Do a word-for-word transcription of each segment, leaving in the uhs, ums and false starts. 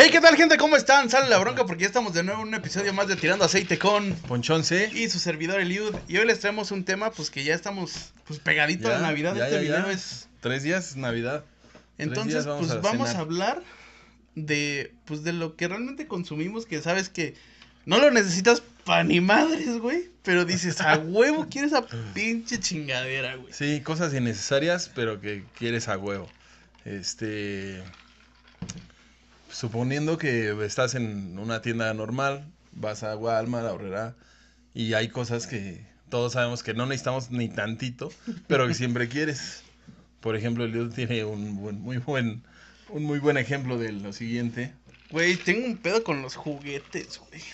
Hey, ¿qué tal, gente? ¿Cómo están? Sale la bronca porque ya estamos de nuevo en un episodio más de Tirando Aceite con Ponchón C y su servidor Eliud. Y hoy les traemos un tema pues que ya estamos pues pegadito ya, a la Navidad. ya, Este ya, video ya. es... Tres días Navidad. Entonces Tres días vamos pues a vamos cenar. a hablar de pues de lo que realmente consumimos, que sabes que no lo necesitas pa' ni madres, güey, pero dices, a huevo quiero esa pinche chingadera, güey. Sí, cosas innecesarias, pero que quieres a huevo. Este... Suponiendo que estás en una tienda normal, vas a Walmart, a Aurrera, y hay cosas que todos sabemos que no necesitamos ni tantito, pero que siempre quieres. Por ejemplo, Eliud tiene un buen, muy buen, un muy buen ejemplo de lo siguiente. Güey, tengo un pedo con los juguetes, güey.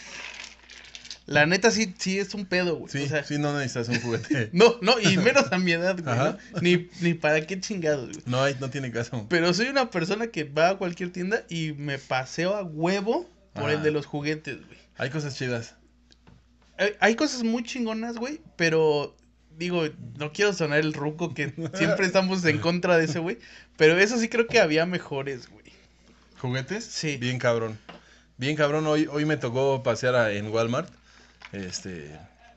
La neta sí, sí es un pedo, güey. Sí, O sea, sí, no necesitas un juguete. no, no, y menos a mi edad, güey, Ajá. ¿no? Ni, ni para qué chingados, güey. No hay, no tiene caso. Pero soy una persona que va a cualquier tienda y me paseo a huevo por Ajá. el de los juguetes, güey. Hay cosas chidas. Hay, hay cosas muy chingonas, güey, pero digo, no quiero sonar el ruco que siempre estamos en contra de ese, güey. Pero eso sí creo que había mejores, güey. ¿Juguetes? Sí. Bien cabrón. Bien cabrón. Hoy, hoy me tocó pasear a- en Walmart. Este.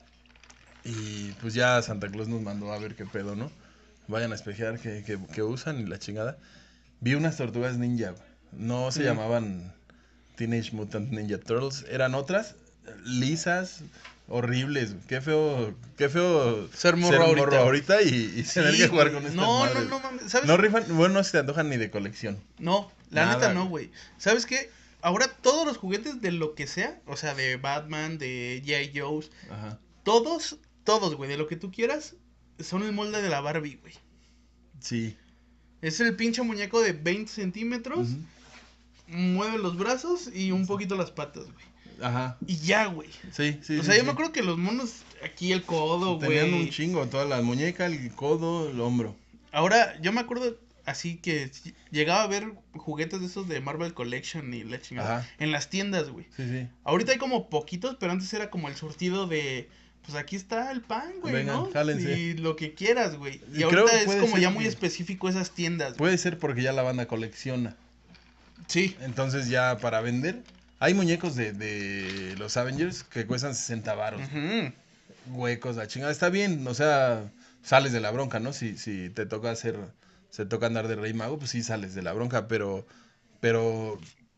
Y pues ya Santa Claus nos mandó a ver qué pedo, ¿no? Vayan a espejear qué, qué- qué usan y la chingada. Vi unas tortugas ninja, güey. No se Mm. llamaban Teenage Mutant Ninja Turtles. Eran otras, lisas, horribles, güey. Qué feo, qué feo Ser morro ahorita. ahorita y, y tener Sí, que jugar güey. con estas No, madres. no, no mames. ¿Sabes? No rifan, bueno, no se te antojan ni de colección. No, la Nada, neta no, güey. güey. ¿Sabes qué? Ahora todos los juguetes de lo que sea, o sea, de Batman, de G I. Joe's, Ajá. todos, todos, güey, de lo que tú quieras, son el molde de la Barbie, güey. Sí. Es el pinche muñeco de veinte centímetros, Ujú. mueve los brazos y un poquito las patas, güey. Ajá. Y ya, güey. Sí, sí. O sí, sea, yo sí. me acuerdo que los monos, aquí el codo, güey. Tenían un chingo, toda la muñeca, el codo, el hombro. Ahora, yo me acuerdo así que si- llegaba a ver juguetes de esos de Marvel Collection y la chingada Ajá. en las tiendas, güey. Sí, sí. Ahorita hay como poquitos, pero antes era como el surtido de, pues aquí está el pan, güey, Vengan, ¿no? jálense. Y lo que quieras, güey. Y Y ahorita creo es puede como ser ya muy que- específico esas tiendas, güey. Puede ser porque ya la banda colecciona. Sí. Entonces ya para vender. Hay muñecos de, de los Avengers que cuestan sesenta varos. Ujú. Huecos, la chingada. Está bien, o sea, sales de la bronca, ¿no? Si, si te toca hacer, se toca andar de rey mago, pues sí sales de la bronca, pero, pero,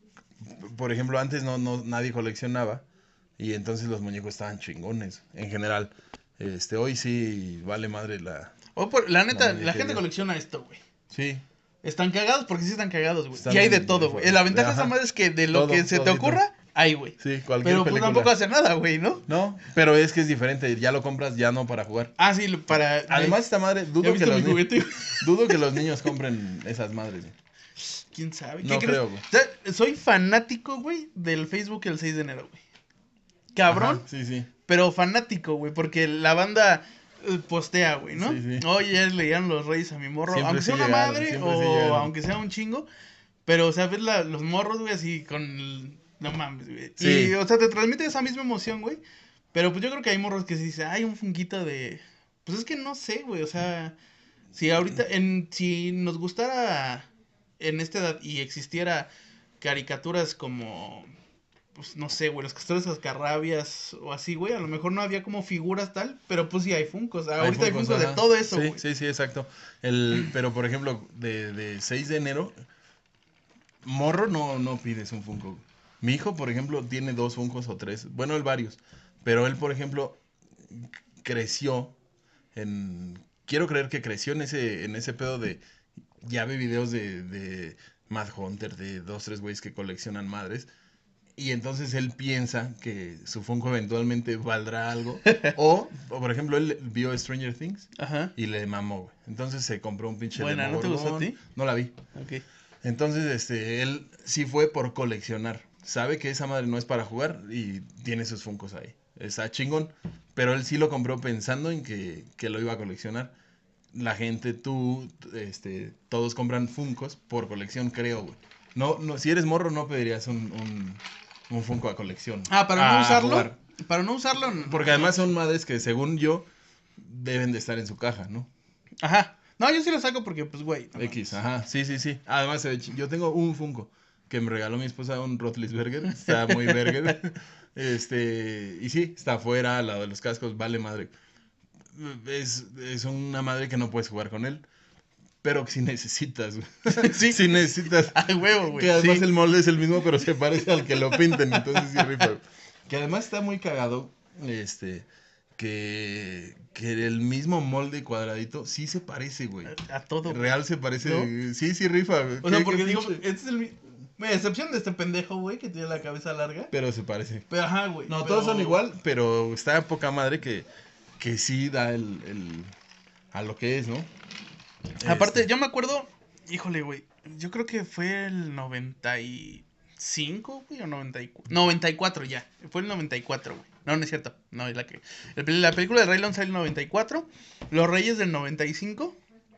por ejemplo, antes no, no, nadie coleccionaba y entonces los muñecos estaban chingones, en general. Este, hoy sí vale madre la... O por- la neta, La la, muñequería. gente colecciona esto, güey. Sí, Están cagados porque sí están cagados, güey. Están Y hay de bien, todo, bien güey. La ventaja de Ajá. esa madre es que de lo Todo, que se te todito. ocurra, hay, güey. sí, cualquier Pero pues película. tampoco hacer nada, güey, ¿no? No, pero es que es diferente, ya lo compras ya no para jugar. Ah, sí, lo- para... Además, esta madre, ¿ya dudo que, viste los mi ni- juguete? dudo que los niños compren esas madres. güey. ¿Quién sabe? ¿Qué No crees? creo, güey. O sea, soy fanático, güey, del Facebook el seis de enero, güey. Cabrón, Ajá, sí, sí. pero fanático, güey, porque la banda eh, postea, güey, ¿no? Sí, sí. Oye, ya le llegaron los reyes a mi morro, Siempre aunque sí sea una llegaron, madre siempre o sí llegaron. aunque sea un chingo, pero, o sea, ves la- los morros, güey, así con el... No mames, güey. Sí. Y, o sea, te transmite esa misma emoción, güey, pero pues yo creo que hay morros que se dicen, hay un funquito de... Pues es que no sé, güey, o sea, si ahorita, en, si nos gustara en esta edad y existiera caricaturas como, pues no sé, güey, los castores cascarrabias o así, güey, a lo mejor no había como figuras tal, pero pues sí hay funcos, ahorita hay Funkos, funcos de ajá. todo eso, Sí, güey. sí, sí, exacto. El, pero, por ejemplo, de, de seis de enero, morro no, no pides un Funko. güey. Mi hijo, por ejemplo, tiene dos Funkos o tres. Bueno, él varios. Pero él, por ejemplo, creció en... Quiero creer que creció en ese, en ese pedo de... Ya ve videos de, de Mad Hunter, de dos, tres güeyes que coleccionan madres. Y entonces él piensa que su Funko eventualmente valdrá algo. O, o, por ejemplo, él vio Stranger Things Ajá, y le mamó, güey. Entonces se compró un pinche Buena, ¿no te gustó a ti? No la vi. ok. Entonces, este, él sí fue por coleccionar. Sabe que esa madre no es para jugar y tiene sus Funkos ahí. Está chingón. Pero él sí lo compró pensando en que, que lo iba a coleccionar. La gente, tú, este, todos compran Funkos por colección, creo, güey. No, no, si eres morro no pedirías un, un, un Funko a colección. Ah, para no A usarlo, jugar. para no usarlo, no. Porque además son madres que, según yo, deben de estar en su caja, ¿no? Ajá, no, yo sí lo saco porque, pues, güey. no X, mames. ajá, sí, sí, sí. Además, se ve chi- yo tengo un Funko que me regaló mi esposa un Roethlisberger. Está muy verga. Este, y sí, está afuera, al lado de los cascos, vale madre. Es, es una madre que no puedes jugar con él. Pero si necesitas, güey. Sí. Si necesitas. Ah, huevo, güey. Que además Sí. el molde es el mismo, pero se parece al que lo pinten. Entonces sí rifa. Que además está muy cagado. Este. Que. Que el mismo molde cuadradito sí se parece, güey. A todo. güey. Real se parece. ¿No? Sí, sí rifa, güey. O sea, Qué- porque qué digo, pinche- este es el mi- me excepción de este pendejo, güey, que tiene la cabeza larga. Pero se parece. Pero ajá, güey. No, pero- todos son igual, pero está de poca madre que. Que sí da el. el a lo que es, ¿no? Aparte, Este, yo me acuerdo, híjole, güey, yo creo que fue el noventa y cinco, güey, o noventa y cuatro. noventa y cuatro ya, fue el noventa y cuatro, güey. No, no es cierto. No, es la que el- la película de Rey León sale en el noventa y cuatro, Los Reyes del noventa y cinco.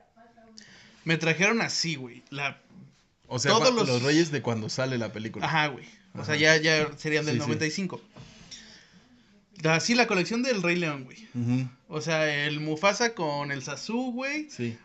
Me trajeron así, güey, la O sea, todos cua- los- los reyes de cuando sale la película. ajá, güey. O sea, Ajá. ya ya serían del Sí, sí. noventa y cinco. Así la colección del Rey León, güey. Ujú, O sea, el Mufasa con el Sasú, güey. sí.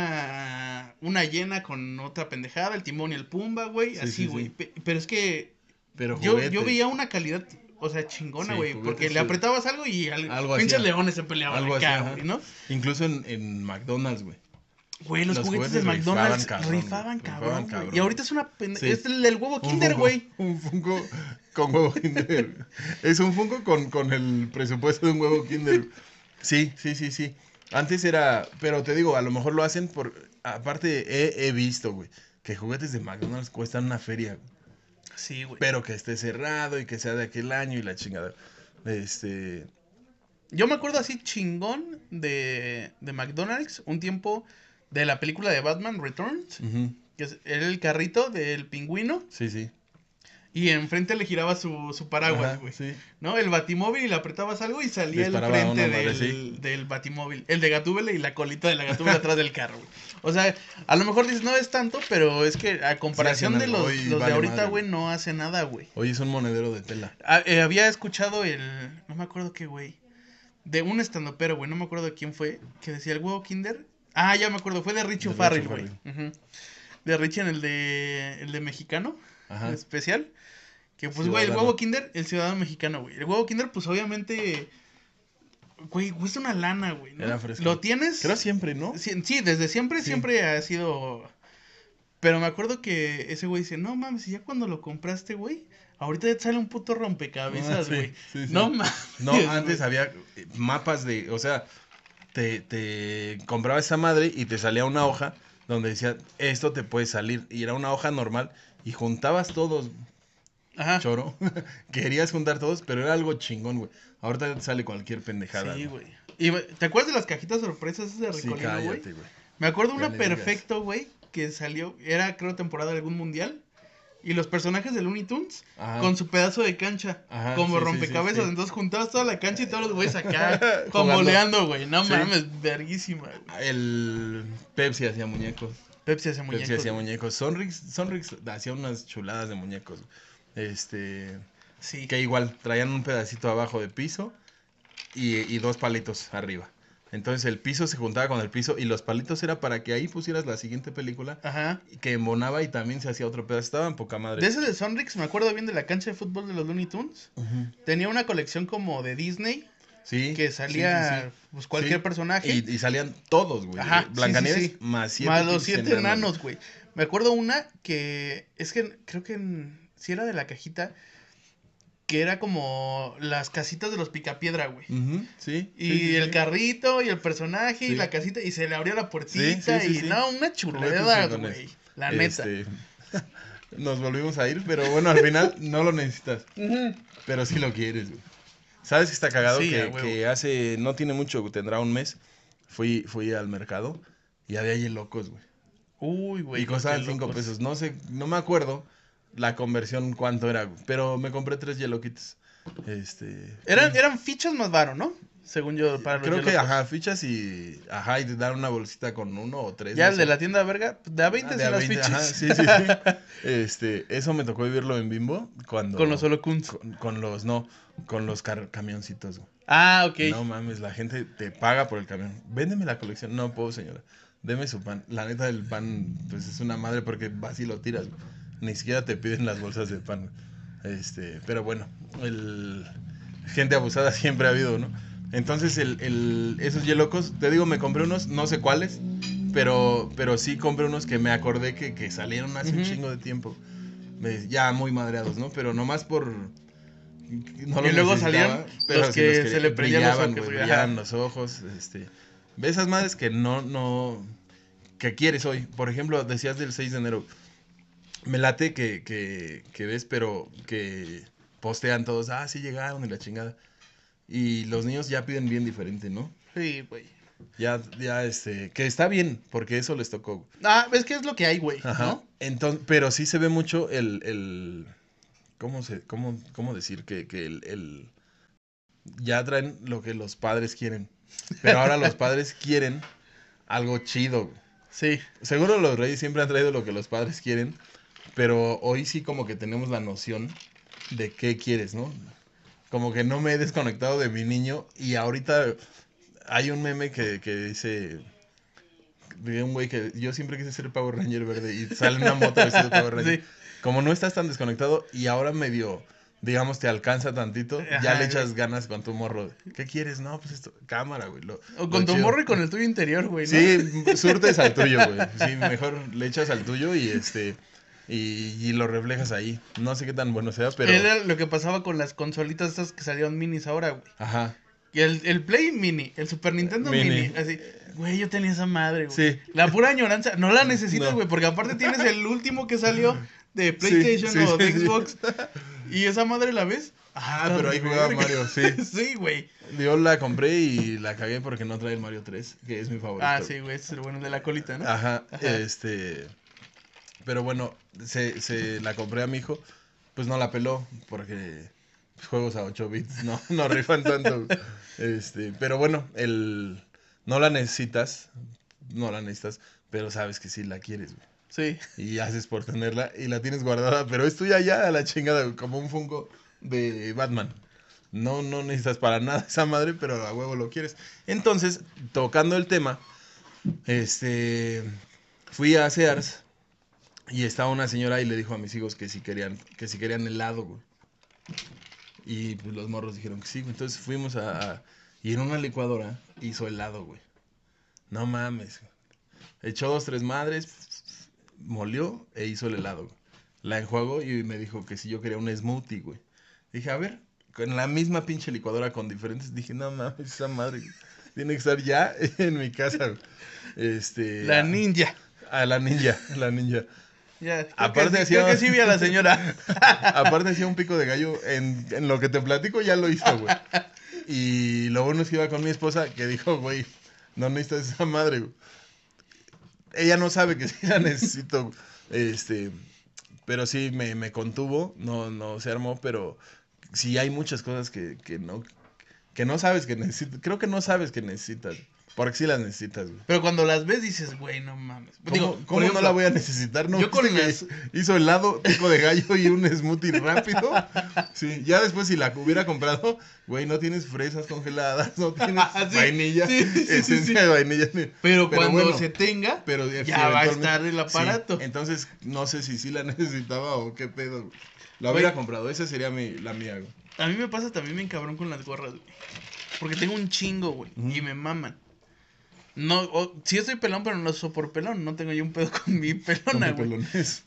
Una, una hiena con otra pendejada, el Timón y el Pumba, güey, Sí, así, sí, güey. sí. Pe- Pero es que Pero yo, juguete. yo veía una calidad, o sea, chingona, Sí, güey, juguete, porque sí. le apretabas algo y al, Algo pinches hacía. leones se peleaban Algo acá, así, ajá. güey, ¿no? Incluso en, en McDonald's, güey. Güey, los, Los juguetes, juguetes de McDonald's rifaban cabrón, rifaban güey, cabrón, rifaban güey. cabrón, Y ahorita güey. es una pende... Sí. Es el, el huevo Un Kinder, Funko- güey. Un Funko con huevo Kinder. Es un Funko con, con el presupuesto de un huevo Kinder. Sí, sí, sí, sí. Antes era, pero te digo, a lo mejor lo hacen por, aparte he, he visto, güey, que juguetes de McDonald's cuestan una feria, güey. Sí, güey. Pero que esté cerrado y que sea de aquel año y la chingada. Este, Yo me acuerdo así chingón de, de McDonald's, un tiempo de la película de Batman Returns, ujú, que es- era el carrito del pingüino. sí, sí. Y enfrente le giraba su, su paraguas, Ajá, güey. sí. ¿No? El batimóvil y le apretabas algo y salía Disparaba el frente una madre, del, sí. del batimóvil. El de Gatúbela y la colita de la Gatúbela atrás del carro, güey. O sea, a lo mejor dices, no es tanto, pero es que a comparación hacen de algo. los, Hoy los vale de ahorita, madre, güey, güey. no hace nada, güey. Hoy es un monedero de tela. Ah, eh, había escuchado el... No me acuerdo qué, güey. De un estandopero, güey. No me acuerdo de quién fue. Que decía el huevo Kinder. Ah, ya me acuerdo. Fue de Richie De O'Farrell, Richie güey. Ujú. De Richie en el de... El de mexicano. Ajá. Especial. Que pues, güey, el Ciudadano. huevo Kinder, el ciudadano mexicano, güey. El huevo Kinder, pues obviamente. Güey, cuesta una lana, güey. ¿no? Era fresco. ¿Lo tienes? Creo siempre, ¿no? Sí, sí, desde siempre, Sí. siempre ha sido. Pero me acuerdo que ese güey dice, no mames, y ya cuando lo compraste, güey, ahorita ya te sale un puto rompecabezas, Ah, sí, güey. sí, sí. No mames. No, antes güey. había eh, mapas de, o sea, te, te compraba esa madre y te salía una hoja donde decía, esto te puede salir. Y era una hoja normal y juntabas todos, Ajá. choro. Querías juntar todos, pero era algo chingón, güey. Ahorita te sale cualquier pendejada. Sí, güey. güey. Y, güey, ¿te acuerdas de las cajitas sorpresas de Sí, Ricolino, güey? cállate, güey. Me acuerdo Ya una le digas. perfecto, güey, que salió, era creo temporada de algún mundial. Y los personajes de Looney Tunes Ajá. con su pedazo de cancha, Ajá, como sí, sí, rompecabezas. sí, sí. Entonces juntabas toda la cancha y todos los güeyes acá, Jugando. convoleando, güey. No Sí. mames, verguísima, güey. El Pepsi hacía muñecos. Pepsi hace muñecos. Pepsi hacía güey. muñecos. Sonrix, Sonrix hacía unas chuladas de muñecos. Este. Sí. Que igual traían un pedacito abajo de piso y, y dos palitos arriba. Entonces el piso se juntaba con el piso y los palitos era para que ahí pusieras la siguiente película Ajá. que embonaba y también se hacía otro pedazo. Estaba en poca madre. De ese de Sonrix, me acuerdo bien de la cancha de fútbol de los Looney Tunes. Ujú. Tenía una colección como de Disney, Sí. que sí, salía sí, sí. pues cualquier Sí. personaje. Y, y salían todos, güey. Ajá, sí, Blancanieves sí, sí. más siete. Más los pinches siete enanos, güey. Me acuerdo una que es que creo que en- sí era de la cajita, que era como las casitas de los Picapiedra, güey. Ujú, sí. Y sí, sí, el sí. carrito y el personaje y Sí. la casita y se le abría la puertita Sí, sí, sí, y sí. no, una Juguetes chulada, chingones. güey. La neta. Este, nos volvimos a ir, pero bueno, al final no lo necesitas. Ujú. Pero sí lo quieres, güey. ¿Sabes que está cagado? Sí, a que, huevo. que hace, no tiene mucho, tendrá un mes, fui, fui al mercado y había locos, güey. Uy, güey. Y costaban qué cinco locos. pesos. No sé, no me acuerdo la conversión cuánto era, güey, pero me compré tres Yellow Kits. Este. Eran, eran fichas más varo, ¿no? Según yo, para los Creo que, yelocos. ajá, fichas y. Ajá, y te dan una bolsita con uno o tres. Ya no el sé. de la tienda verga, de a veinte Ah, de se a las veinte, fichas. ajá, sí, sí, sí. Este, eso me tocó vivirlo en Bimbo cuando. Con los holocuns. Con, con los, no, con los car- camioncitos, güey. Ah, ok. No mames, la gente te paga por el camión. Véndeme la colección. No puedo, señora. Deme su pan. La neta del pan, pues es una madre porque vas y lo tiras, güey. Ni siquiera te piden las bolsas de pan. Este, pero bueno, el gente abusada siempre ha habido, ¿no? Entonces, el, el, esos yelocos, te digo, me compré unos, no sé cuáles, pero, pero sí compré unos que me acordé que, que salieron hace uh-huh. un chingo de tiempo. Ya muy madreados, ¿no? Pero nomás por... No y luego salían pero los, que los que se le brillaban, los ojos, wey, brillaban los ojos, este... Ve esas madres que no, no... que quieres hoy. Por ejemplo, decías del seis de enero. Me late que, que, que ves, pero que postean todos, ah, sí llegaron y la chingada. Y los niños ya piden bien diferente, ¿no? Sí, güey. Ya, ya, este, que está bien, porque eso les tocó. Ah, es que es lo que hay, güey, ¿no? Entonces, pero sí se ve mucho el, el, ¿cómo se, cómo, cómo decir? Que, que el, el, ya traen lo que los padres quieren. Pero ahora los padres quieren algo chido. Sí. Seguro los reyes siempre han traído lo que los padres quieren, pero hoy sí como que tenemos la noción de qué quieres, ¿no? Como que no me he desconectado de mi niño y ahorita hay un meme que, que dice de un güey que yo siempre quise ser Power Ranger verde y sale una moto vestida de Power Ranger. Sí. Como no estás tan desconectado y ahora medio, digamos, te alcanza tantito, ajá, ya le echas güey. ganas con tu morro. ¿Qué quieres? No, pues esto, cámara, güey. Lo, o con tu chido. morro y con el tuyo interior, güey, ¿no? Sí, surtes al tuyo, güey. Sí, mejor le echas al tuyo y este... Y, y lo reflejas ahí. No sé qué tan bueno sea, pero... Era lo que pasaba con las consolitas estas que salieron minis ahora, güey. Ajá. Y el, el Play mini, el Super Nintendo mini. mini. Así, güey, yo tenía esa madre, güey. Sí. La pura añoranza. No la necesitas, güey, no. porque aparte tienes el último que salió de PlayStation sí, sí, o de sí, Xbox. Sí. Y esa madre la ves. Ah, pero ahí jugaba Mario, sí. Sí, güey. Yo la compré y la cagué porque no trae el Mario tres, que es mi favorito. Ah, sí, güey, ese es el bueno de la colita, ¿no? Ajá, Ajá. este... Pero bueno, se, se la compré a mi hijo, pues no la peló, porque pues, juegos a ocho bits no, no rifan tanto. Este, pero bueno, el no la necesitas, no la necesitas, pero sabes que sí la quieres, güey. Sí. Y haces por tenerla y la tienes guardada, pero es tuya ya a la chingada, como un Funko de Batman. No, no necesitas para nada esa madre, pero a huevo lo quieres. Entonces, tocando el tema, este, fui a Sears. Y estaba una señora y le dijo a mis hijos que si querían, que si querían helado, güey. Y pues los morros dijeron que sí, güey. Entonces fuimos a, a... Y en una licuadora hizo helado, güey. No mames. Echó dos, tres madres, molió e hizo el helado, güey. La enjuagó y me dijo que si yo quería un smoothie, güey. Dije, a ver, con la misma pinche licuadora con diferentes. Dije, no mames, esa madre tiene que estar ya en mi casa, güey. Este... La ninja. A, a la ninja, la ninja. Ya, aparte que, hacía, creo que sí vi a la señora. Aparte hacía un pico de gallo. En, en lo que te platico ya lo hizo, güey. Y lo bueno es que iba con mi esposa que dijo, güey, no necesitas esa madre, güey. Ella no sabe que sí la necesito. Este, pero sí me, me contuvo. No, no se armó, pero sí hay muchas cosas que, que no, que no sabes que necesitas. Creo que no sabes que necesitas. Porque sí las necesitas, güey. Pero cuando las ves dices, güey, no mames. ¿Cómo, Digo, ¿cómo ejemplo, no la voy a necesitar? No, yo con las... hizo helado, pico de gallo y un smoothie rápido. Sí, ya después si la hubiera comprado, güey, no tienes fresas congeladas, no tienes sí, vainilla, sí, sí, esencia sí, sí. de vainilla. Pero, pero cuando bueno, se tenga, pero ya va a estar el aparato. Sí, entonces, no sé si sí la necesitaba o qué pedo, güey. La hubiera güey, comprado, esa sería mi, la mía, güey. A mí me pasa también bien cabrón con las gorras, güey. Porque tengo un chingo, güey, uh-huh. y me maman. No, o, sí estoy pelón, pero no soy por pelón. No tengo yo un pedo con mi pelona, güey.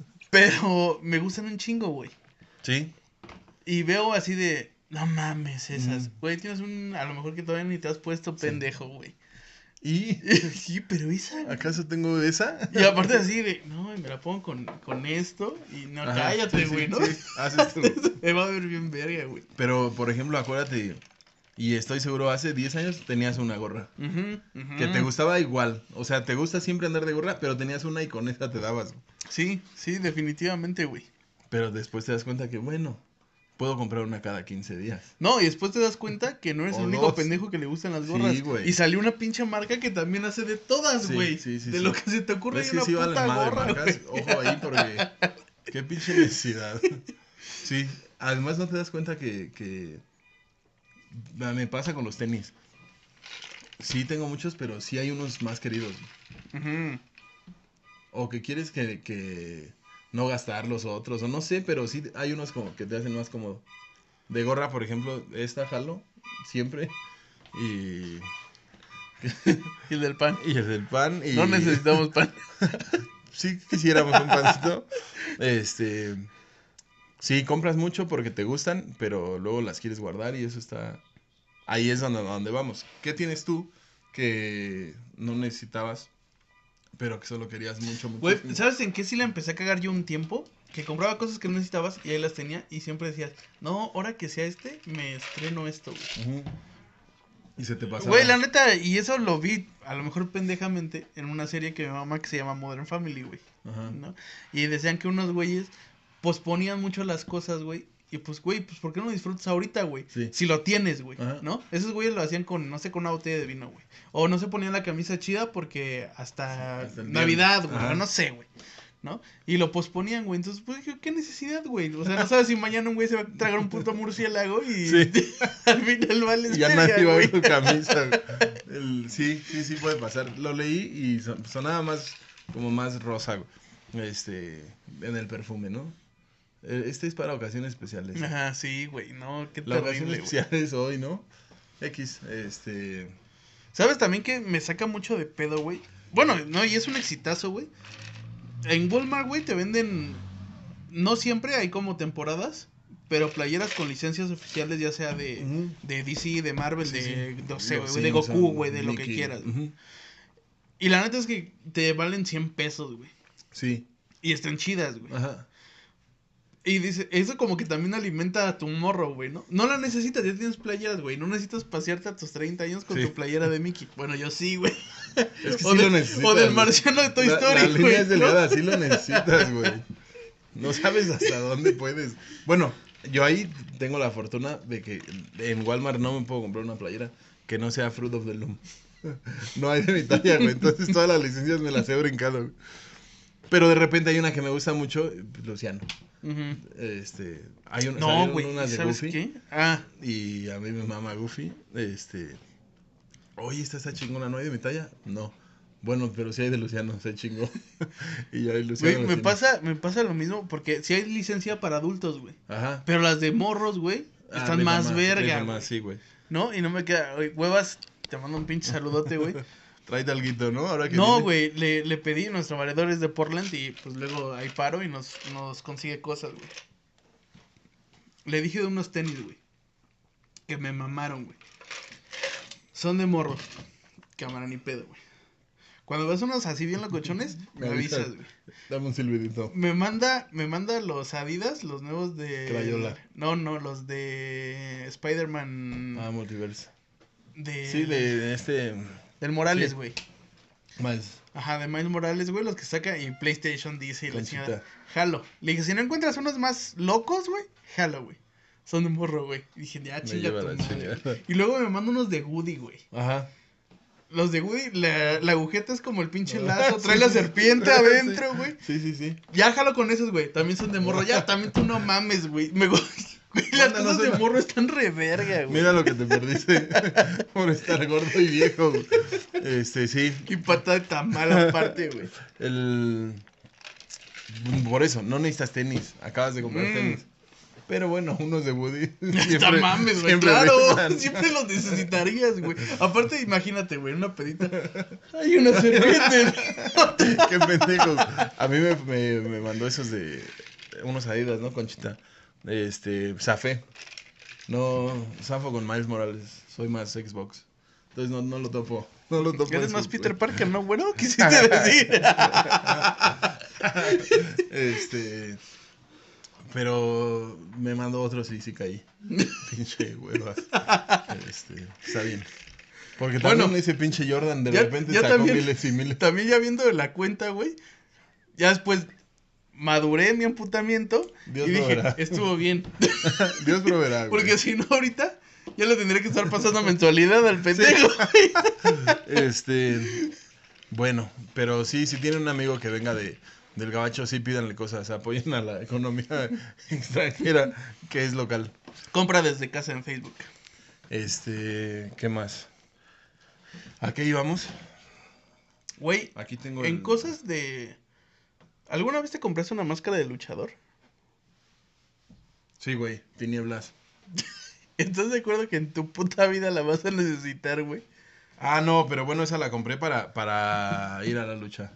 Pero me gustan un chingo, güey. Sí. Y veo así de, no mames esas. Güey, mm. tienes un, a lo mejor que todavía ni te has puesto sí. pendejo, güey. ¿Y? Sí, pero esa. ¿Acaso tengo esa? Y aparte así de, no, me la pongo con, con esto. Y no, ajá, cállate, güey, sí, ¿no? Sí, haces tú. Me va a ver bien verga, güey. Pero, por ejemplo, acuérdate... Y estoy seguro, hace diez años tenías una gorra. Uh-huh, uh-huh. Que te gustaba igual. O sea, te gusta siempre andar de gorra, pero tenías una y con esa te dabas. Sí, sí, definitivamente, güey. Pero después te das cuenta que, bueno, puedo comprar una cada quince días. No, y después te das cuenta que no eres o el único dos. pendejo que le gustan las gorras. Sí, güey. Y salió una pinche marca que también hace de todas, güey. Sí, sí, sí. De sí. lo que se te ocurre hay una sí, puta madre gorra, marcas, ojo ahí porque... Qué pinche necesidad. Sí, además no te das cuenta que... que... Me pasa con los tenis. Sí tengo muchos, pero sí hay unos más queridos. Uh-huh. O que quieres que, que no gastar los otros, o no sé, pero sí hay unos como que te hacen más cómodo. De gorra, por ejemplo, esta jalo siempre. Y, Y el del pan. y el del pan. Y No necesitamos pan. sí quisiéramos un pancito. Este, sí, compras mucho porque te gustan, pero luego las quieres guardar y eso está... Ahí es donde, donde vamos. ¿Qué tienes tú que no necesitabas, pero que solo querías mucho, mucho? Güey, ¿sabes en qué sí la empecé a cagar yo un tiempo? Que compraba cosas que no necesitabas y ahí las tenía y siempre decías, no, ahora que sea este, me estreno esto, güey. Uh-huh. Y se te pasaba. Güey, la neta, y eso lo vi, a lo mejor pendejamente, en una serie que me mama que se llama Modern Family, güey. Ajá. ¿No? Y decían que unos güeyes posponían mucho las cosas, güey. Y pues, güey, pues ¿por qué no disfrutas ahorita, güey? Sí. Si lo tienes, güey, Ajá. ¿no? Esos güeyes lo hacían con, no sé, con una botella de vino, güey. O no se ponían la camisa chida porque hasta, Hasta el Navidad, viernes. güey, Ajá. o no sé, güey. ¿No? Y lo posponían, güey. Entonces, pues, dije, ¿qué necesidad, güey? O sea, no sabes si mañana un güey se va a tragar un puto murciélago y Sí. al final vale Y ya verga, nadie va a güey. ver tu camisa. güey. El, sí, sí, sí puede pasar. Lo leí y son- sonaba más, como más rosa, güey. Este, en el perfume, ¿no? Eh, Este es para ocasiones especiales. Ajá, sí, güey, no, qué La ocasión terrible, güey. especial es hoy, ¿no? X, este... ¿Sabes también que me saca mucho de pedo, güey? Bueno, no, y es un exitazo, güey. En Walmart, güey, te venden... No siempre hay como temporadas, pero playeras con licencias oficiales, ya sea de, Ujú. de D C, de Marvel, Sí, de, sí. no sé, Los güey, de Simpson, Goku, güey, de lo que Mickey. quieras. güey. Ujú. Y la neta es que te valen cien pesos, güey. Sí, Y están chidas, güey. ajá. Y dice, eso como que también alimenta a tu morro, güey, ¿no? No la necesitas, ya tienes playeras, güey. No necesitas pasearte a tus treinta años con Sí. tu playera de Mickey. Bueno, yo sí, güey. Es que O, sí de- lo necesitas. o del güey. marciano de Toy La- Story, La güey. línea es ¿no? delgada, sí lo necesitas, güey. No sabes hasta dónde puedes. Bueno, yo ahí tengo la fortuna de que en Walmart no me puedo comprar una playera que no sea Fruit of the Loom. No hay de mi talla, güey. Entonces todas las licencias me las he brincado, güey. Pero de repente hay una que me gusta mucho, Luciano. Ujú. Este, hay una, No, salieron güey, unas de ¿sabes Goofy qué? Ah, y a mí me mama Goofy. Este, oye, esta está chingona, ¿no hay de mi talla? No. Bueno, pero sí hay de Luciano, se chingó. Y ya hay Luciano. güey, lo me tiene. pasa, me pasa lo mismo porque si hay licencia para adultos, güey. Ajá. Pero las de morros, güey, Ah, están rifa más verga, rifa güey. más, sí, güey. ¿No? Y no me queda, güey, huevas, te mando un pinche saludote, güey. Tráete alguito, ¿no? Ahora que No, viene. güey, le, le pedí, nuestro valedor es de Portland y pues luego ahí paro y nos, nos consigue cosas, güey. Le dije de unos tenis, güey, que me mamaron, güey. Son de morro, cámara ni pedo, güey. Cuando ves unos así bien locochones, me Me avisas. avisas, güey. Dame un silbidito. Me manda, me manda los Adidas, los nuevos de... Crayola. No, no, los de Spider-Man... Ah, multiverso. de... Sí, de este. Del Morales, sí. güey. Más. Ajá, de Miles Morales, güey, los que saca y PlayStation dice y la Conchita. chingada. Jalo. Le dije, si no encuentras unos más locos, güey, jalo, güey. Son de morro, güey. Y dije, ya, Me chinga lleva tu la madre, chingada. güey. Y luego me manda unos de Woody, güey. Ajá. Los de Woody, la, la agujeta es como el pinche Ah, lazo, trae sí, la sí. serpiente adentro, güey. Sí, sí, sí. Ya jalo con esos, güey. También son de morro. Ya, también tú no mames, güey. Me gu- Güey, las Mándanos cosas de una- morro están re verga, güey. Mira lo que te perdiste por estar gordo y viejo. güey. Este, sí. Y pata de tamal aparte, güey. El... Por eso, no necesitas tenis. Acabas de comprar Mm. tenis. Pero bueno, unos de Woody. Está siempre- mames, güey. siempre Claro, rifan. siempre los necesitarías, güey. Aparte, imagínate, güey, una pedita. Hay una serpiente. Qué pendejo. A mí me, me, me mandó esos de unos Adidas, ¿no? Conchita. Este, Zafé. No, zafo con Miles Morales. Soy más Xbox. Entonces no, no lo topo. No lo topo. Eres en más su- Peter Parker, ¿no, bueno? Quisiste decir. Este. Pero me mandó otros y sí caí. Pinche huevas. Este, está bien. Porque también Bueno, ese pinche Jordan de ya- repente ya sacó también- miles y miles. También ya viendo de la cuenta, güey. Ya después maduré mi amputamiento. Dios y dije, proveerá. estuvo bien. Dios proveerá, güey. Porque si no, ahorita ya le tendría que estar pasando mensualidad al pendejo. Este, bueno, pero sí, si tienen un amigo que venga de del gabacho, sí pídanle cosas, apoyen a la economía extranjera que es local. Compra desde casa en Facebook. Este, ¿qué más? ¿A qué íbamos? Güey, Aquí tengo en el- cosas de... ¿Alguna vez te compraste una máscara de luchador? Sí, güey, tinieblas. ¿Estás de acuerdo que en tu puta vida la vas a necesitar, güey? Ah, no, pero bueno, esa la compré para, para ir a la lucha.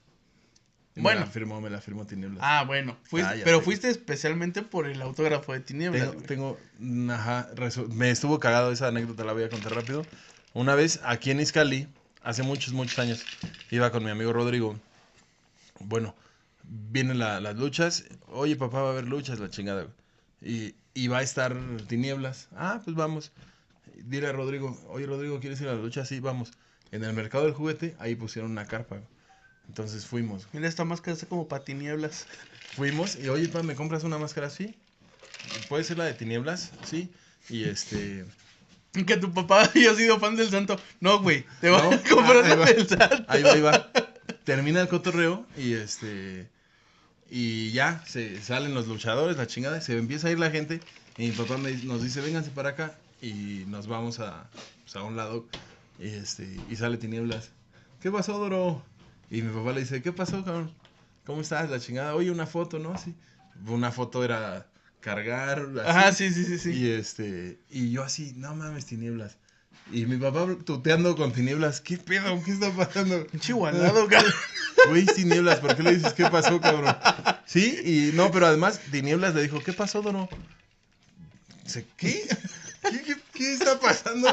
Y Bueno. Me la firmó, me la firmó Tinieblas. Ah, bueno. Fuiste, Cállate. pero fuiste especialmente por el autógrafo de Tinieblas, Tengo, güey. tengo, mm, ajá, resu- me estuvo cagado esa anécdota, la voy a contar rápido. Una vez aquí en Izcali, hace muchos, muchos años, iba con mi amigo Rodrigo. Bueno, vienen la- las luchas. Oye, papá, va a haber luchas, la chingada. Y, y va a estar Tinieblas. Ah, pues vamos. Dile a Rodrigo, oye, Rodrigo, ¿quieres ir a la lucha? Sí, vamos. En el mercado del juguete, ahí pusieron una carpa. Entonces fuimos. Mira, esta máscara está como para Tinieblas. Fuimos y, oye, pa, ¿me compras una máscara así? ¿Puede ser la de Tinieblas? Sí. Y este... Que tu papá haya sido fan del santo. No, güey. Te va No, a comprar ahí la va. del santo. Ahí va, ahí va. Termina el cotorreo y este... Y ya, se salen los luchadores, la chingada, se empieza a ir la gente. Y mi papá me, nos dice, vénganse para acá. Y nos vamos a, pues, a un lado. Y, este, y sale Tinieblas. ¿Qué pasó, Doro? Y mi papá le dice, ¿qué pasó, cabrón? ¿Cómo estás? La chingada. Oye, una foto, ¿no? Sí. Una foto era cargar. Así. Ajá, sí, sí, sí, sí. Y este, y yo así, no mames, Tinieblas. Y mi papá tuteando con Tinieblas, ¿qué pedo? ¿Qué está pasando? Chihuahuado, cabrón. Güey, Tinieblas, ¿por qué le dices qué pasó, cabrón? Sí, y no, pero además Tinieblas le dijo, ¿qué pasó, Dono? Dice, ¿qué? ¿Qué, qué, qué está pasando?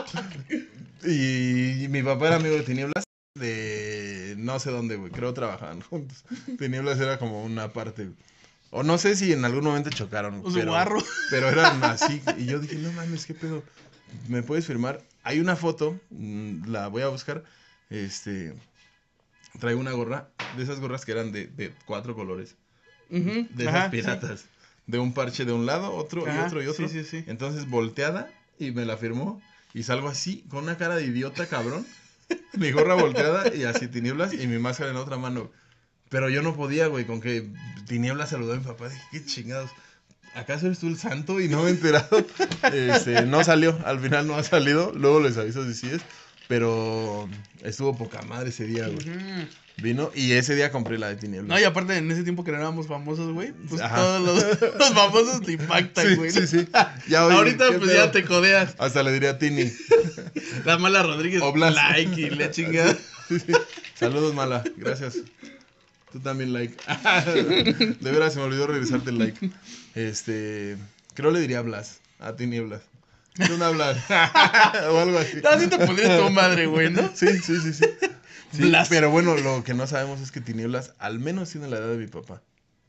Y, y mi papá era amigo de Tinieblas, de no sé dónde, güey, creo trabajaban juntos. Tinieblas era como una parte, güey. O no sé si en algún momento chocaron. O su pero, guarro. pero eran así. Y yo dije, no mames, ¿qué pedo? ¿Me puedes firmar? Hay una foto, mm, la voy a buscar. Este. Traigo una gorra, de esas gorras que eran de, de cuatro colores. Ujú, De esas ajá, piratas. sí. De un parche de un lado, otro Ajá, y otro y otro. sí, sí, sí. Entonces volteada y me la firmó. Y salgo así, con una cara de idiota, cabrón. Mi gorra volteada y así Tinieblas y mi máscara en otra mano. Pero yo no podía, güey, con que Tinieblas saludó a mi papá. Dije, qué chingados. ¿Acaso eres tú el santo? Y no me he enterado. Este, no salió, al final no ha salido. Luego les aviso si sí es. Pero estuvo poca madre ese día, güey. Ujú. Vino y ese día compré la de Tinieblas. No, y aparte en ese tiempo que no éramos famosos, güey, pues Ajá. todos los, los famosos te impactan, Sí, güey. sí, sí. Ya, oye, Ahorita ¿qué pues pedo? ya te codeas. Hasta le diría a Tini. La mala Rodríguez, O Blas. like y le chingada. Sí, sí. Saludos, mala. Gracias. Tú también like. De veras se me olvidó regresarte el like. Este, creo le diría a Blas, a Tinieblas. ¿Qué onda, Blas? O algo así. No, así te pondrías tu madre, güey, ¿no? Sí, sí, sí, sí. Sí, Blas. pero bueno, lo que no sabemos es que Tinieblas al menos tiene la edad de mi papá.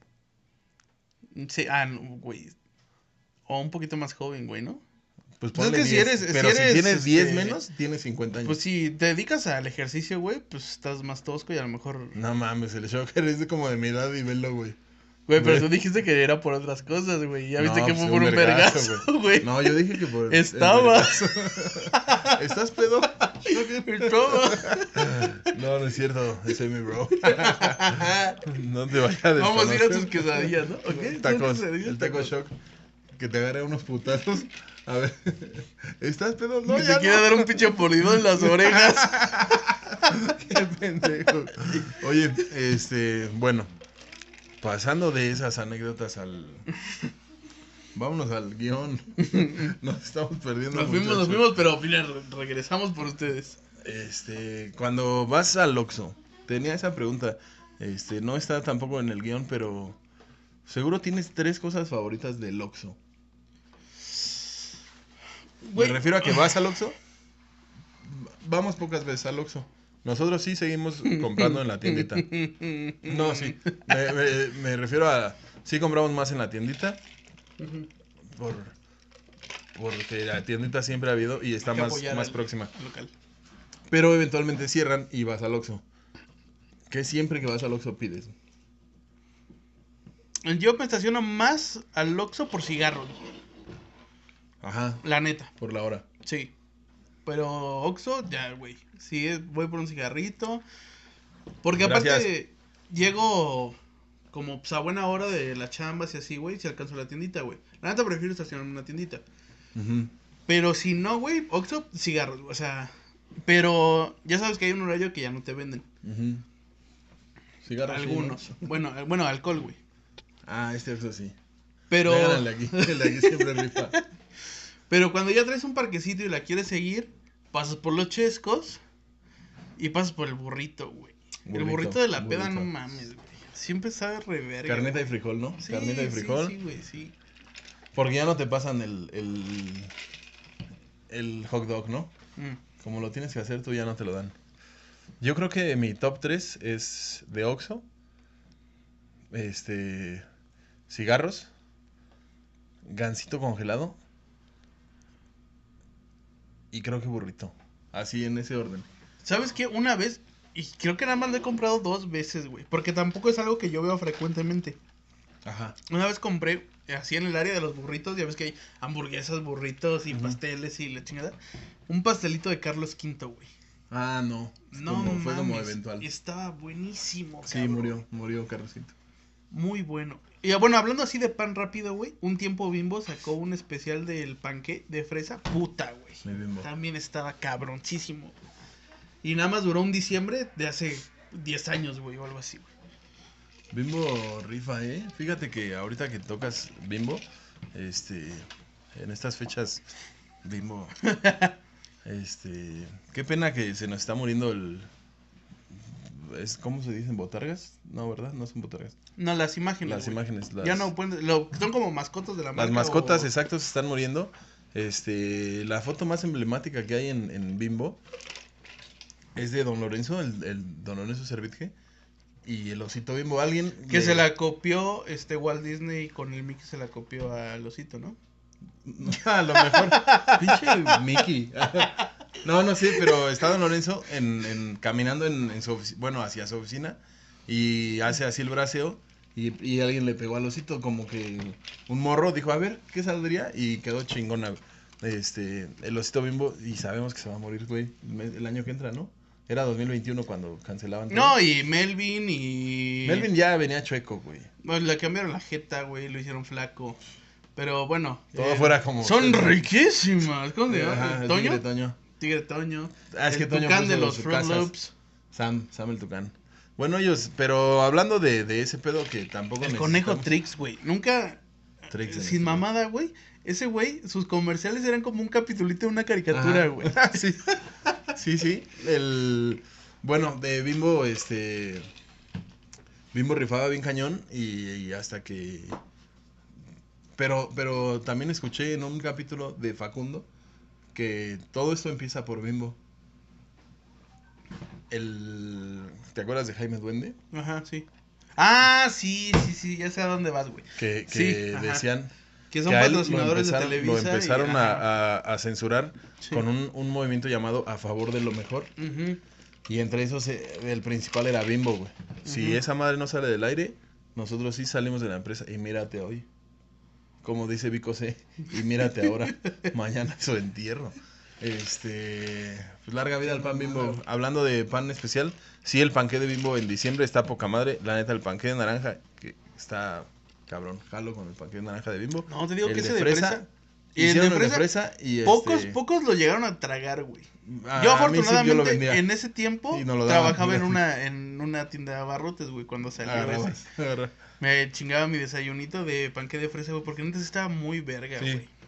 Sí, ah, no, güey. O un poquito más joven, güey, ¿no? Pues Pues es ponle que si diez, eres- si pero si, eres, tienes diez este, menos, tienes cincuenta años. Pues si te dedicas al ejercicio, güey, pues estás más tosco y a lo mejor... No mames, el Shocker es de como de mi edad y velo, güey. Güey, pero güey. tú dijiste que era por otras cosas, güey. Ya viste No, que pues, fue por un vergazo, güey. No, yo dije que por el- Estaba. el vergazo. ¿Estás pedo? ¿Cómo? No, no es cierto. Ese es mi bro. No te vayas a Vamos a ir a tus desconocer. quesadillas, ¿no? ¿Ok? Tacos. Quesadillas, El taco tacos. shock. Que te agarre unos putazos. A ver. ¿Estás pedo? No, Que ya te quiere no. dar un pinche polido en las orejas. Qué pendejo. Oye, este, bueno, pasando de esas anécdotas al... Vámonos al guión. Nos estamos perdiendo. Nos fuimos, nos muchachos. fuimos, pero mira, re- regresamos por ustedes. Este, cuando vas al Oxxo, tenía esa pregunta. Este, no está tampoco en el guión, pero seguro tienes tres cosas favoritas del Oxxo. Güey, Me refiero a que vas al Oxxo. Vamos pocas veces al Oxxo. Nosotros sí seguimos comprando en la tiendita. No, sí. Me, me- me refiero a... Sí compramos más en la tiendita. Por, porque la tiendita siempre ha habido y está hay que más, apoyar más al próxima. local. Pero eventualmente cierran y vas al Oxxo. ¿Qué siempre que vas al Oxxo pides? Yo me estaciono más al Oxxo por cigarros, Ajá, la neta. por la hora. Sí. Pero Oxxo, ya, güey. Sí, es- voy por un cigarrito. Porque aparte, Gracias. llego como pues, a buena hora de las chambas y así, güey, si alcanzo la tiendita, güey. La neta prefiero estacionarme en una tiendita. Ujú. Pero si no, güey, Oxxo, cigarros, o sea... Pero ya sabes que hay un horario que ya no te venden. Ujú. Cigarros. Algunos. Sí, ¿no? Bueno, bueno, alcohol, güey. Ah, este Oxxo sí. Pero... Vengan, el de aquí, el de aquí siempre rifa. Pero cuando ya traes un parquecito y la quieres seguir, pasas por los chescos y pasas por el burrito, güey. El burrito de la burrito. Peda, no mames, güey. Siempre sabe reverga. Carnita y frijol, ¿no? Sí, Carnita y frijol. Sí, sí, güey, sí. Porque ya no te pasan el, el, el hot dog, ¿no? Mm. Como lo tienes que hacer tú, ya no te lo dan. Yo creo que mi top tres es de Oxxo. Este... Cigarros. Gansito congelado. Y creo que burrito. Así en ese orden. ¿Sabes qué? Una vez, y creo que nada más lo he comprado dos veces, güey. Porque tampoco es algo que yo veo frecuentemente. Ajá. Una vez compré, así en el área de los burritos, ya ves que hay hamburguesas, burritos y uh-huh. pasteles y la chingada. Un pastelito de Carlos quinto, güey. Ah, no. No, como, mames, fue como eventual. Estaba buenísimo, sí, cabrón. murió, murió Carlos quinto. Muy bueno. Y bueno, hablando así de pan rápido, güey. Un tiempo Bimbo sacó un especial del panqué de fresa. Puta, güey. También estaba cabroncísimo. Y nada más duró un diciembre de hace diez años, güey, o algo así, güey. Bimbo rifa, ¿eh? Fíjate que ahorita que tocas Bimbo, este, en estas fechas, Bimbo, este, qué pena que se nos está muriendo el, es, ¿cómo se dicen? ¿Botargas? No, ¿verdad? No son botargas. No, las imágenes. Las wey. imágenes. Las... Ya no pueden, lo, son como mascotas de la marca. Las mascotas, o... exacto, se están muriendo. Este, la foto más emblemática que hay en, en Bimbo es de Don Lorenzo, el, el Don Lorenzo Servitje. Y el osito Bimbo, alguien... Que le... se la copió este Walt Disney con el Mickey, se la copió al osito, ¿no? A lo mejor. Pinche Mickey. No, no sé, pero está Don Lorenzo en, en, caminando en, en su oficina, bueno, hacia su oficina. Y hace así el braceo. Y, y alguien le pegó al osito, como que un morro dijo, a ver, ¿qué saldría? Y quedó chingona. Este, el osito Bimbo, y sabemos que se va a morir, güey, el año que entra, ¿no? Era dos mil veintiuno cuando cancelaban todo. No, y Melvin y... Melvin ya venía chueco, güey. Bueno, le cambiaron la jeta, güey, lo hicieron flaco. Pero bueno. Todo eh, fuera como... Son riquísimas. ¿Cómo se llama? ¿Toño? Tigre Toño. Tigre Toño. Ah, es el que Toño Tucán de los Fruit Loops. Sam, Sam el Tucán. Bueno, ellos, pero hablando de, de ese pedo que tampoco El conejo Trix, güey. Nunca... Trix sin mamada, güey. Ese güey, sus comerciales eran como un capitulito de una caricatura, güey. sí. sí, sí. El... Bueno, de Bimbo, este... Bimbo rifaba bien cañón y, y hasta que... Pero, pero también escuché en un capítulo de Facundo que todo esto empieza por Bimbo. El... ¿Te acuerdas de Jaime Duende? Ajá, sí. Ah, sí, sí, sí, ya sé a dónde vas, güey. Que, que sí, decían... Que son que patrocinadores de Televisa. Lo empezaron y, a, a, a censurar sí. con un, un movimiento llamado A Favor de lo Mejor. Uh-huh. Y entre esos, el principal era Bimbo, güey. Uh-huh. Si esa madre no sale del aire, nosotros sí salimos de la empresa. Y mírate hoy. Como dice Vico C. Y mírate ahora. Mañana es su entierro. Este... Pues larga vida al pan Bimbo. Hablando de pan especial, sí, el panqué de Bimbo en diciembre está poca madre. La neta, el panqué de naranja, que está... Cabrón, jalo con el panqué de naranja de Bimbo. No, te digo el que de ese de fresa, fresa. Y el de fresa, de fresa y pocos, este... pocos lo llegaron a tragar, güey. Ah, yo afortunadamente sí, yo en ese tiempo no trabajaba en una, en una tienda de abarrotes, güey, cuando salió agarra, ese. agarra. Me chingaba mi desayunito de panqué de fresa, güey, porque antes estaba muy verga, güey. Sí.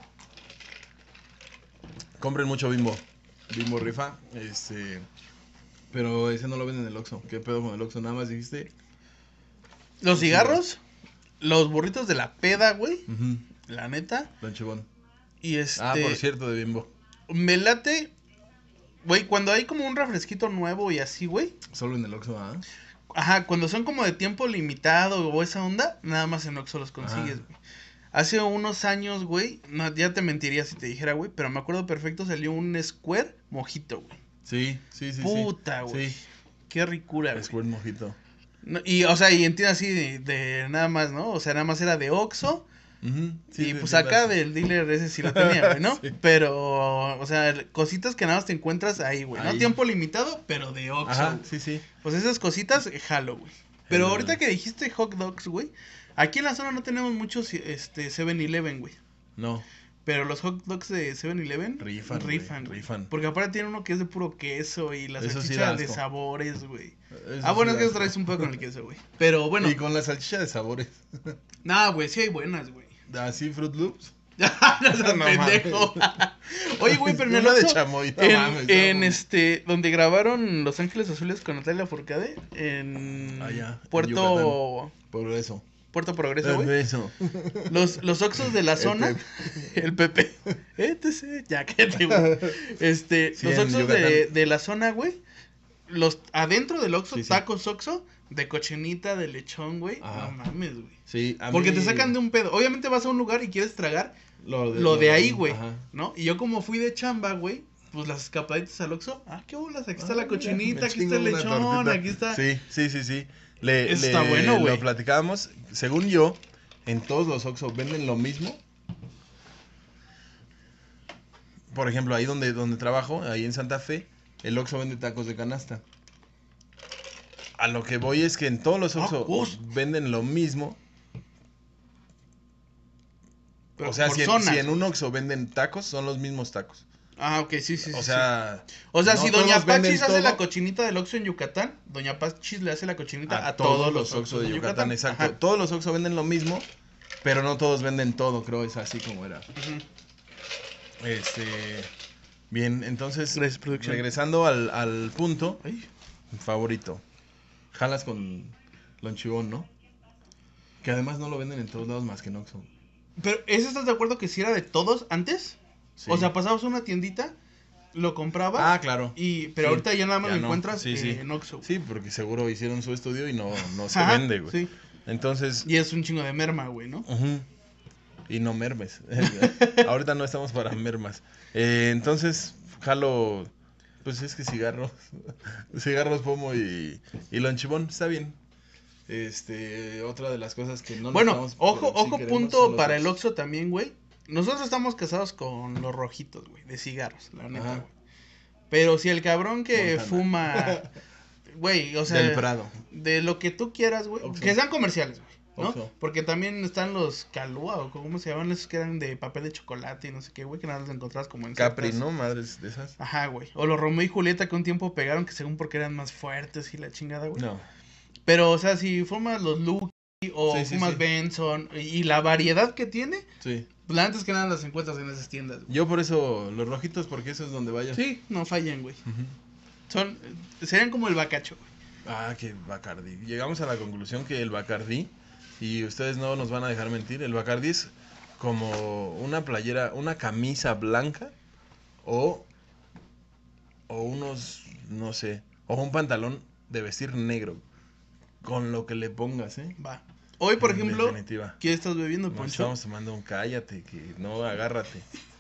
Compren mucho Bimbo. Bimbo rifa, este... Pero ese no lo venden en el Oxxo. ¿Qué pedo con el Oxxo? Nada más dijiste... Los cigarros... Los burritos de la peda, güey. Uh-huh. La neta. Don Chibón. Y este... Ah, por cierto, de Bimbo. Me late... Güey, cuando hay como un refresquito nuevo y así, güey. Solo en el Oxxo, ¿ah? Ajá, cuando son como de tiempo limitado o esa onda, nada más en Oxxo los consigues, güey. Hace unos años, güey, no, ya te mentiría si te dijera, güey, pero me acuerdo perfecto, salió un Square mojito, güey. Sí, sí, sí. Puta, güey. Sí. Qué ricura, güey. Square mojito. No, y, o sea, y entiendo así de, de nada más, ¿no? O sea, nada más era de Oxxo. Uh-huh. Sí, y sí, pues sí, acá sí. del dealer ese sí lo tenía, güey, ¿no? Sí. Pero, o sea, cositas que nada más te encuentras ahí, güey. No Ahí. Tiempo limitado, pero de Oxxo. Ajá, Güey. sí, sí. Pues esas cositas, jalo, güey. Pero El... ahorita que dijiste hot dogs, güey. Aquí en la zona no tenemos muchos, este, seven eleven, güey. No. Pero los hot dogs de seven eleven Rifan, güey, rifan, güey. rifan. Porque aparte tiene uno que es de puro queso y la Eso sí salchicha da de asco. sabores, güey. Eso Ah, bueno, sí es que da eso traes asco. un poco con el queso, güey. Pero bueno. Y con la salchicha de sabores. Nah, güey, sí hay buenas, güey. Así Fruit Loops. No seas No pendejo. Oye, güey, pero en el Una de Oxxo, chamoy, no en, mames, en no. este, donde grabaron Los Ángeles Azules con Natalia Forcade, en Allá, en Puerto, Por eso. Puerto Progreso, güey. Eso. Los, los Oxxos de la El zona, Pepe. el Pepe, etc, ya que te, güey. Este, Sí, los en Oxxos de, Yucatán. de la zona, güey, los, adentro del Oxxo, Sí, sí. tacos Oxxo, de cochinita, de lechón, güey, Ajá. no mames, güey. Sí, a Porque mí- te sacan de un pedo. Obviamente vas a un lugar y quieres tragar Lo lo de ahí, güey, Ajá. ¿no? Y yo como fui de chamba, güey, pues las escapaditas al Oxxo, ah, qué bolas, aquí está Ah, la mira, cochinita, me aquí está el chingo una lechón, tortita. aquí está... Sí, sí, sí, sí. Le, Eso le- está bueno, güey. Lo platicábamos. Según yo, en todos los Oxxo venden lo mismo. Por ejemplo, ahí donde, donde trabajo, ahí en Santa Fe, el Oxxo vende tacos de canasta. A lo que voy es que en todos los Oxxo Tacos. venden lo mismo. Pero O sea, por si en, zonas. si en un Oxxo venden tacos, son los mismos tacos. Ah, ok, sí, sí, O sí, sea, sí. O sea, no si Doña todos venden Pachis hace todo. la cochinita del Oxxo en Yucatán, Doña Pachis le hace la cochinita A, a, todos los Oxxo de Yucatán, exacto. Ajá. Todos los Oxxo venden lo mismo, pero no todos venden todo, creo, es así como era. Ujú. Este, bien, entonces, Gracias, producción. regresando al, al punto, Ay, favorito. Jalas con lonchibón, ¿no? Que además no lo venden en todos lados más que en Oxxo. pero, ¿eso estás de acuerdo que si era de todos antes? Sí. O sea, pasabas a una tiendita, lo compraba Ah, claro. y... Pero Sí, ahorita ya nada más ya lo no. encuentras Sí, eh, sí. en Oxxo. Sí, porque seguro hicieron su estudio y no, no se Ajá, vende, güey. sí. Entonces, Y es un chingo de merma, güey, ¿no? ujú. Y no mermes. Ahorita no estamos para mermas. Eh, entonces, jalo, pues es que cigarros, cigarros, pomo y, y lonchibón, está bien. Este, otra de las cosas que no Bueno, necesitamos, ojo, pero sí ojo queremos punto son los para el Oxxos. Oxxo también, güey. Nosotros estamos casados con los rojitos, güey, de cigarros, la neta, Ajá. güey. Pero si el cabrón que Montana. fuma, güey, o sea, Del Prado. de lo que tú quieras, güey, Oxxo. que sean comerciales, güey, ¿no? Oxxo. Porque también están los Calúa, o cómo se llaman esos que eran de papel de chocolate y no sé qué, güey, que nada los encontrabas como en Capri, ciertas- ¿no? Madres de esas. Ajá, güey. O los Romeo y Julieta que un tiempo pegaron que según porque eran más fuertes y la chingada, güey. No. Pero, o sea, si fumas los Lucky o Sí, sí, fumas sí. Benson y, y la variedad que tiene, Sí. pues la antes que nada las encuentras en esas tiendas, güey. Yo por eso, los rojitos, porque eso es donde vaya. Sí, no fallan, güey. Ujú. Son, serían como el bacacho, güey. Ah, que Bacardí. Llegamos a la conclusión que el Bacardí, y ustedes no nos van a dejar mentir, el Bacardí es como una playera, una camisa blanca o, o unos, no sé, o un pantalón de vestir negro, con lo que le pongas, ¿eh? Va. Hoy, por En ejemplo, definitiva. ¿qué estás bebiendo, Nos Poncho? estamos tomando un cállate, que no, agárrate.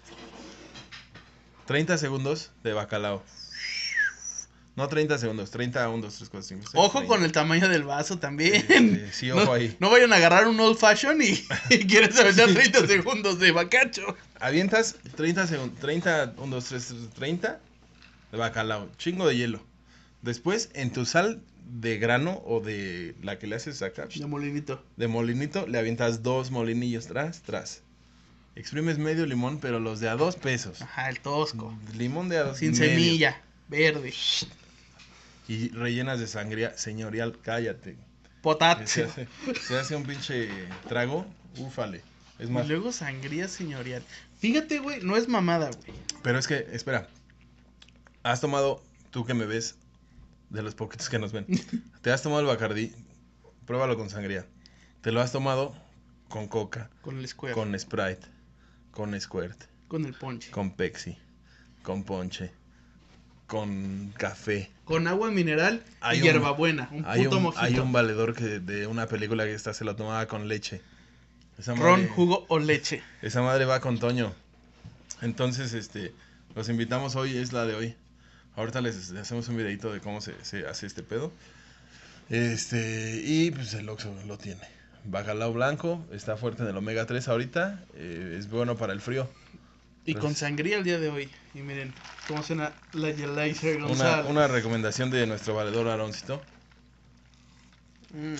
treinta segundos de bacalao. No treinta segundos, treinta, uno, dos, tres, cuatro, cinco, seis. Ojo con el tamaño del vaso también. Sí, sí, ojo no, ahí. no vayan a agarrar un old fashion y, y quieres aventar treinta segundos de bacacho. Avientas treinta segundos, treinta, uno, dos, tres, treinta de bacalao, chingo de hielo. Después, en tu sal de grano o de la que le haces acá, De molinito. de molinito, le avientas dos molinillos tras, tras. Exprimes medio limón, pero los de a dos pesos. Ajá, el tosco. Limón de a dos Sin medio. semilla. Verde. Y rellenas de sangría señorial, cállate. Se Potasio. hace, se hace un pinche trago, úfale. Es Y más, luego sangría señorial. Fíjate, güey, no es mamada, güey. pero es que, espera. Has tomado, tú que me ves, de los poquitos que nos ven, te has tomado el Bacardí, pruébalo con sangría. Te lo has tomado con coca, Con el square. Con, con Sprite, con Squirt, el ponche. Con, con Pepsi, con ponche, con café. agua mineral Hay y un- hierbabuena. Un Hay puto un, mojito. hay un valedor que de una película que esta se lo tomaba con leche. Esa Ron, madre- jugo o leche. Esa madre va con Toño. Entonces, este, los invitamos hoy, es la de hoy. Ahorita les, les hacemos un videito de cómo se, se hace este pedo. Este, y pues el Oxxo lo tiene. Bacalao blanco, está fuerte en el omega tres ahorita, eh, es bueno para el frío. Y Pues- con sangría el día de hoy. Y miren cómo suena la Yelizer Una, González. una recomendación de nuestro valedor Aroncito. Mm.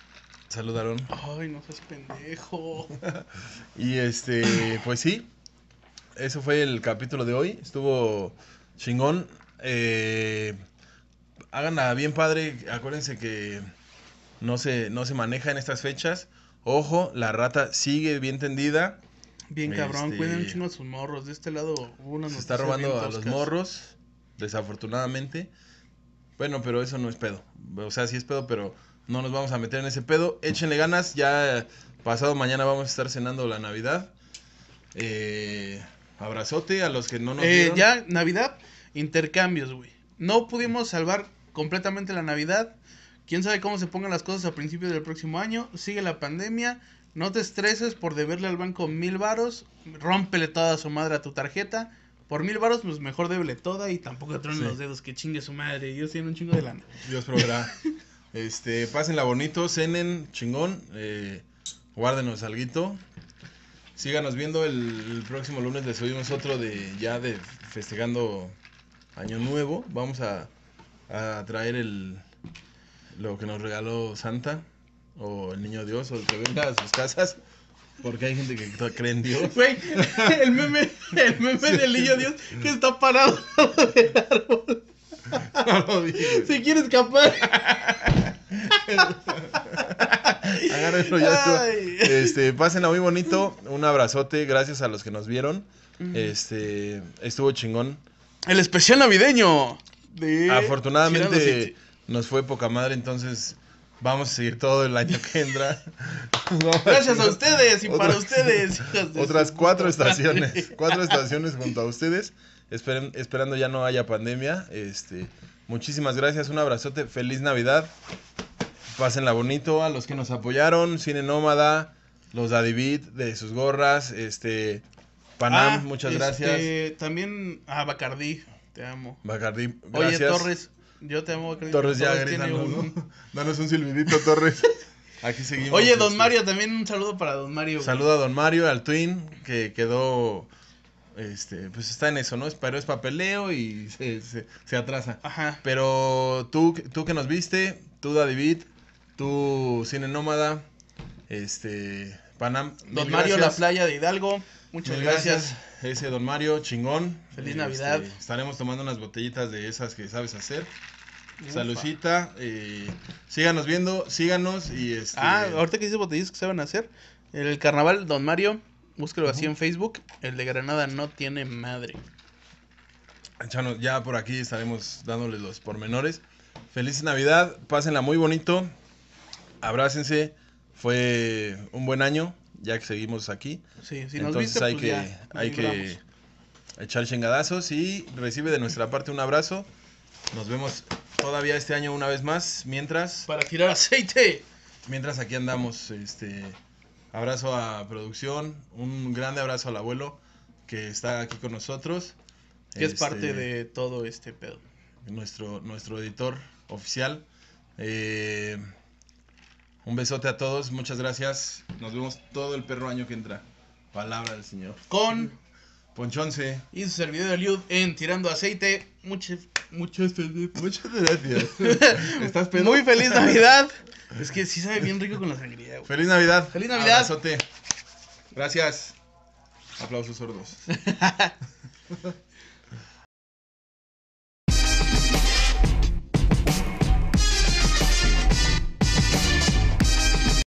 Salud, Aarón. Ay, no seas pendejo. Y este, pues sí, eso fue el capítulo de hoy. Estuvo chingón. Eh, háganla bien padre. Acuérdense que no se, no se maneja en estas fechas. Ojo, la rata sigue bien tendida. Bien cabrón, Este, cuiden un chingo a sus morros. De este lado hubo unas Se está noticias bien robando a los toscas. morros, desafortunadamente. Bueno, pero eso no es pedo. O sea, sí es pedo, pero no nos vamos a meter en ese pedo. Échenle ganas. Ya pasado mañana vamos a estar cenando la Navidad. Eh, abrazote a los que no nos Eh, vieron. ya, Navidad, intercambios, güey. No pudimos salvar completamente la Navidad. Quién sabe cómo se pongan las cosas a principios del próximo año. Sigue la pandemia. No te estreses por deberle al banco mil varos. Rómpele toda su madre a tu tarjeta. Por mil varos, pues mejor débele toda y tampoco tronen Sí. los dedos, que chingue su madre. Ellos tienen un chingo de lana. Dios proveerá. Este, pásenla bonito, cenen, chingón. Eh, guárdenos alguito. Síganos viendo. El, el próximo lunes les subimos otro de ya de festejando Año Nuevo. Vamos a, a traer el lo que nos regaló Santa o el Niño Dios o el que venga a sus casas. Porque hay gente que to- cree en Dios. Güey, el meme, el meme del niño Dios que está parado del árbol. No lo dije. Se quiere escapar. Agárrenlo ya. Ay. Este, pásenla muy bonito. Un abrazote. Gracias a los que nos vieron. Este, estuvo chingón. El especial navideño. De Tirando Afortunadamente Aceite. nos fue poca madre, entonces vamos a seguir todo el año que entra. Gracias a ustedes y para Otras- ustedes. hijas de Otras su cuatro puta madre. estaciones. Cuatro estaciones junto a ustedes. Esperen, esperando ya no haya pandemia. Este, muchísimas gracias. Un abrazote. Feliz Navidad. Pásenla bonito a los que nos apoyaron. Cine Nómada. Los Dadivit de sus gorras. Este. Panam, Ah, muchas este, gracias. También a Bacardí, te amo. Bacardi, Oye, gracias. Torres, yo te amo, Bacardí. Torres ya tiene gritando, un- ¿no? Danos un silbidito, Torres. Aquí seguimos. Oye, don este, Mario, también un saludo para don Mario. güey. Saludo a don Mario, al Twin, que quedó. Este, pues está en eso, ¿no? Pero es papeleo y se, se, se atrasa. Ajá. Pero tú, tú que nos viste, tú David, tú Cine Nómada, este, Panam. Don mil Mario, la gracias. playa de Hidalgo. Muchas Mil gracias. Ese don Mario, chingón. Feliz Este, Navidad. Estaremos tomando unas botellitas de esas que sabes hacer. Ufa. Salucita. Eh, síganos viendo, síganos y este. Ah, ahorita que dice botellitas que se van a hacer. El carnaval, don Mario, búsquelo así Ujú. en Facebook. El de Granada no tiene madre. Chano, ya por aquí estaremos dándoles los pormenores. Feliz Navidad, pásenla muy bonito. Abrácense. Fue un buen año, ya que seguimos aquí. Sí, si nos Entonces viste, hay pues que, ya, nos hay que libramos. echar chingadazos y recibe de nuestra parte un abrazo. Nos vemos todavía este año una vez más. Mientras, Para tirar aceite. mientras aquí andamos, este abrazo a producción, un grande abrazo al abuelo que está aquí con nosotros. Que es Este, parte de todo este pedo. nuestro, nuestro editor oficial. Eh, un besote a todos, muchas gracias. Nos vemos todo el perro año que entra. Palabra del Señor. Con Ponchonce. y su servidor de Liud en Tirando Aceite. Muchas, muchas Muchas gracias. ¿Estás pedo? Muy feliz Navidad. Es que sí sabe bien rico con la sangría, güey. Feliz Navidad. Feliz Navidad. Abrazote. Gracias. Aplausos sordos.